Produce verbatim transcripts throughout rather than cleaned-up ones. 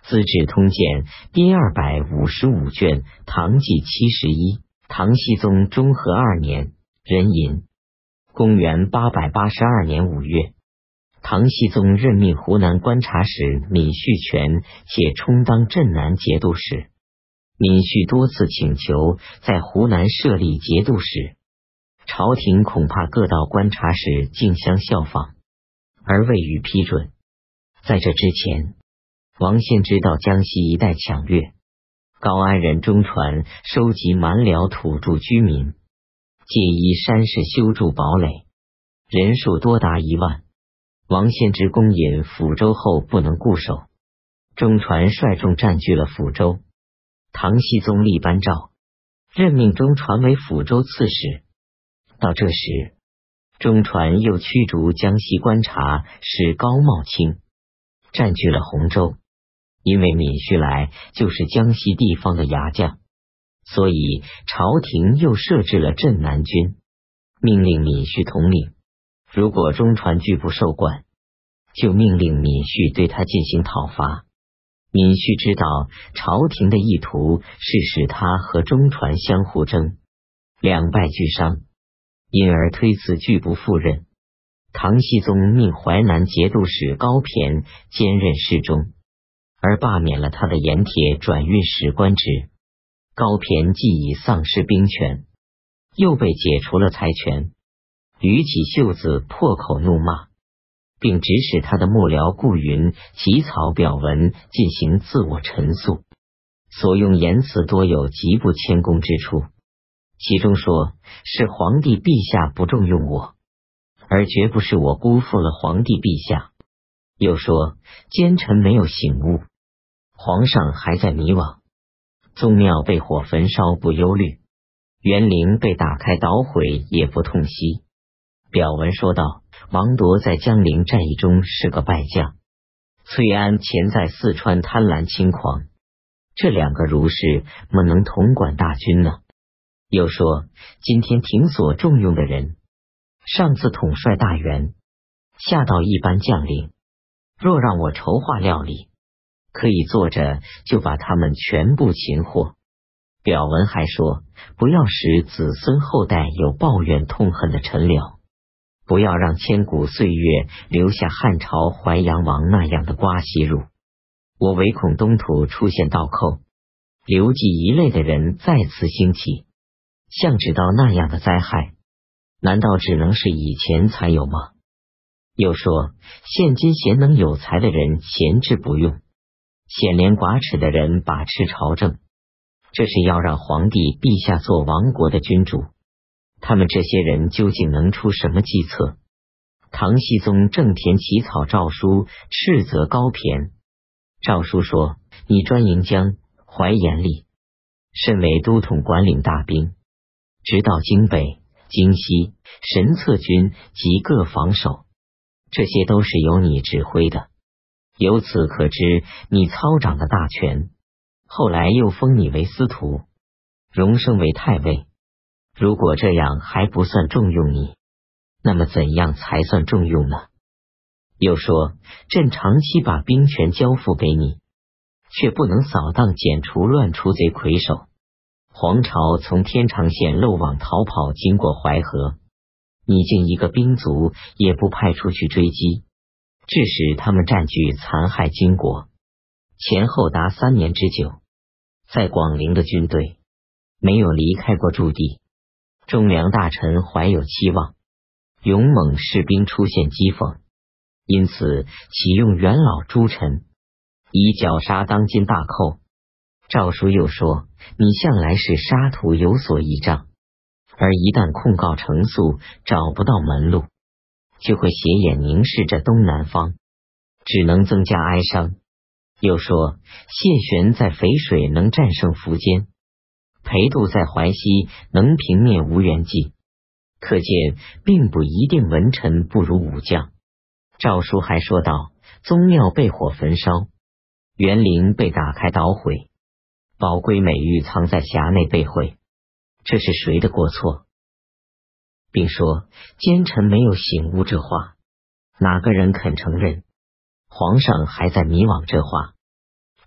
资治通鉴》第二百五十五卷，唐纪七十一。唐僖宗中和二年，壬寅，公元八百八十二年五月，唐僖宗任命湖南观察使闵旭全，且充当镇南节度使。闵旭多次请求在湖南设立节度使，朝廷恐怕各道观察使竞相效仿，而未予批准。在这之前，王献之到江西一带抢掠，高安人中传收集蛮辽土著居民，借依山势修筑堡垒，人数多达一万。王献之攻引抚州后不能固守，中传率众占据了抚州。唐僖宗立颁诏，任命中传为抚州刺史。到这时，中传又驱逐江西观察使高茂清，占据了洪州。因为闵旭来就是江西地方的牙将，所以朝廷又设置了镇南军，命令闵旭统领。如果中传拒不受管，就命令闵旭对他进行讨伐。闵旭知道朝廷的意图是使他和中传相互争，两败俱伤，因而推辞拒不赴任。唐僖宗命淮南节度使高骈兼任侍中，而罢免了他的盐铁转运使官职。高骈既已丧失兵权，又被解除了财权，捋起袖子破口怒骂，并指使他的幕僚顾云起草表文进行自我陈述，所用言辞多有极不谦恭之处。其中说是皇帝陛下不重用我，而绝不是我辜负了皇帝陛下。又说奸臣没有醒悟，皇上还在迷惘，宗庙被火焚烧不忧虑，园陵被打开捣毁也不痛惜。表文说道，王铎在江陵战役中是个败将，崔安潜在四川贪婪轻狂，这两个儒士怎么能统管大军呢？又说今天廷所重用的人，上次统帅大员，下到一般将领，若让我筹划料理，可以坐着就把他们全部擒获。表文还说，不要使子孙后代有抱怨痛恨的陈辽，不要让千古岁月留下汉朝淮阳王那样的瓜西入。我唯恐东土出现倒寇，刘季一类的人再次兴起，像直到那样的灾害，难道只能是以前才有吗？又说现今贤能有才的人闲置不用，显廉寡耻的人把持朝政，这是要让皇帝陛下做亡国的君主。他们这些人究竟能出什么计策？唐僖宗正田起草诏书，斥责高骈。诏书说，你专营江淮盐吏，身为都统管领大兵，直到京北、京西、神策军及各防守，这些都是由你指挥的。由此可知你操掌的大权。后来又封你为司徒，荣升为太尉。如果这样还不算重用你，那么怎样才算重用呢？又说朕长期把兵权交付给你，却不能扫荡剪除乱出贼魁首。黄巢从天长县漏网逃跑经过淮河，你竟一个兵卒也不派出去追击，致使他们占据残害金国，前后达三年之久。在广陵的军队没有离开过驻地，忠良大臣怀有期望，勇猛士兵出现讥讽，因此启用元老诸臣，以绞杀当今大寇。诏书又说，你向来是杀屠有所倚仗，而一旦控告成诉，找不到门路，就会斜眼凝视着东南方，只能增加哀伤。又说谢玄在淝水能战胜苻坚，裴度在淮西能平灭吴元济，可见并不一定文臣不如武将。诏书还说道，宗庙被火焚烧，园陵被打开捣毁，宝贵美玉藏在匣内被毁，这是谁的过错？并说奸臣没有醒悟这话，哪个人肯承认？皇上还在迷惘这话，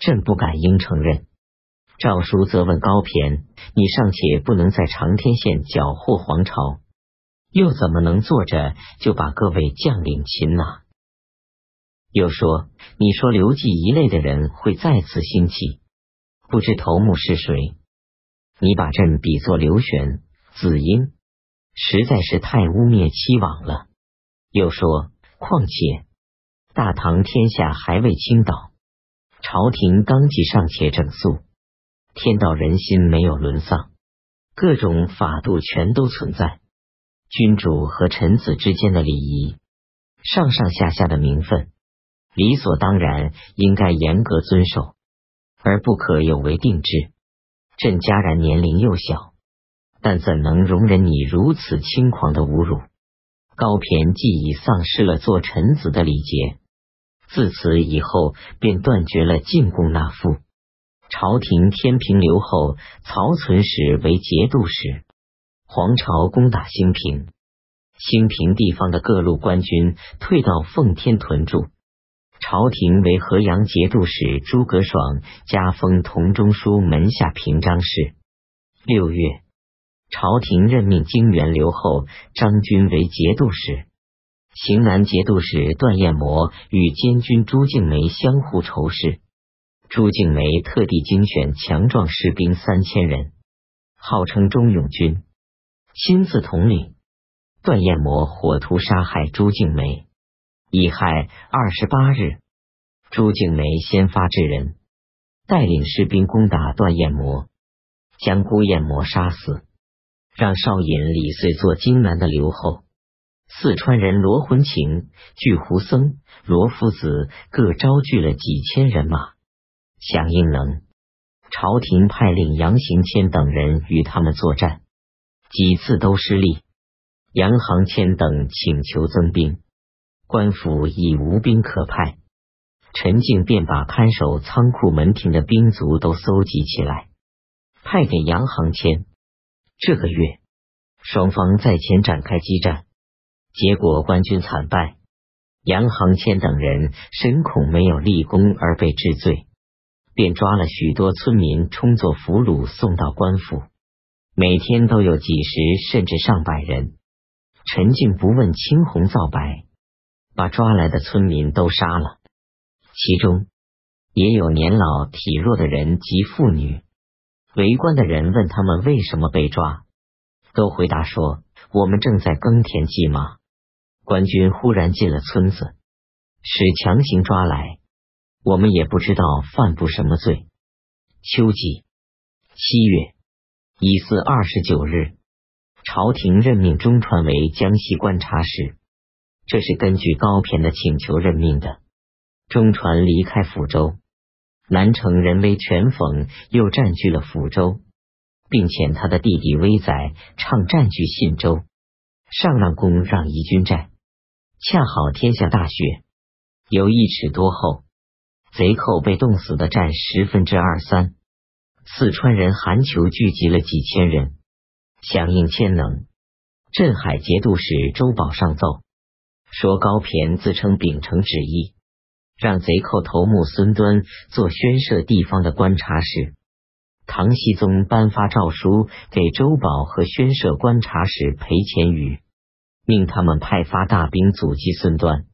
朕不敢应承认。诏书责问高骈：你尚且不能在长天县缴获皇朝，又怎么能坐着就把各位将领擒拿？又说：你说刘季一类的人会再次兴起，不知头目是谁？你把朕比作刘玄、子婴，实在是太污蔑欺罔了。又说：况且大唐天下还未倾倒，朝廷纲纪尚且整肃，天道人心没有沦丧，各种法度全都存在，君主和臣子之间的礼仪，上上下下的名分，理所当然应该严格遵守，而不可有违定制。朕家然年龄幼小，但怎能容忍你如此轻狂的侮辱？高骈既已丧失了做臣子的礼节，自此以后便断绝了进贡纳赋。朝廷天平刘后曹存始为节度使，黄巢攻打兴平，兴平地方的各路官军退到奉天屯驻，朝廷为河阳节度使诸葛爽加封同中书门下平章事。六月，朝廷任命泾原留后张军为节度使，行南节度使段彦模与监军朱敬梅相互仇视。朱敬梅特地精选强壮士兵三千人，号称忠勇军，亲自统领。段彦模火图杀害朱敬梅，乙亥二十八日，朱敬梅先发制人，带领士兵攻打段彦模，将辜彦模杀死，让少尹李遂做荆南的留后。四川人罗浑情、巨胡僧、罗夫子各招聚了几千人马，响应能。朝廷派令杨行谦等人与他们作战，几次都失利。杨行谦等请求增兵，官府已无兵可派，陈静便把看守仓库门庭的兵卒都搜集起来，派给杨行谦。这个月，双方在前展开激战，结果官军惨败，杨行谦等人深恐没有立功而被治罪，便抓了许多村民充作俘虏送到官府，每天都有几十甚至上百人。陈静不问青红皂白，把抓来的村民都杀了，其中也有年老体弱的人及妇女。围观的人问他们为什么被抓，都回答说：我们正在耕田骑马，官军忽然进了村子，使强行抓来，我们也不知道犯不什么罪。秋季七月乙巳二十九日，朝廷任命中传为江西观察使，这是根据高骈的请求任命的。中传离开抚州，南城人为全讽又占据了抚州，并遣他的弟弟威载倡占据信州，上让公让夷军寨。恰好天下大雪，有一尺多厚，贼寇被冻死的占十分之二三。四川人韩求聚集了几千人，响应迁能。镇海节度使周保上奏说，高骈自称秉承旨意，让贼寇头目孙端做宣摄地方的观察使。唐僖宗颁发诏书给周保和宣摄观察使裴潜宇，命他们派发大兵阻击孙端。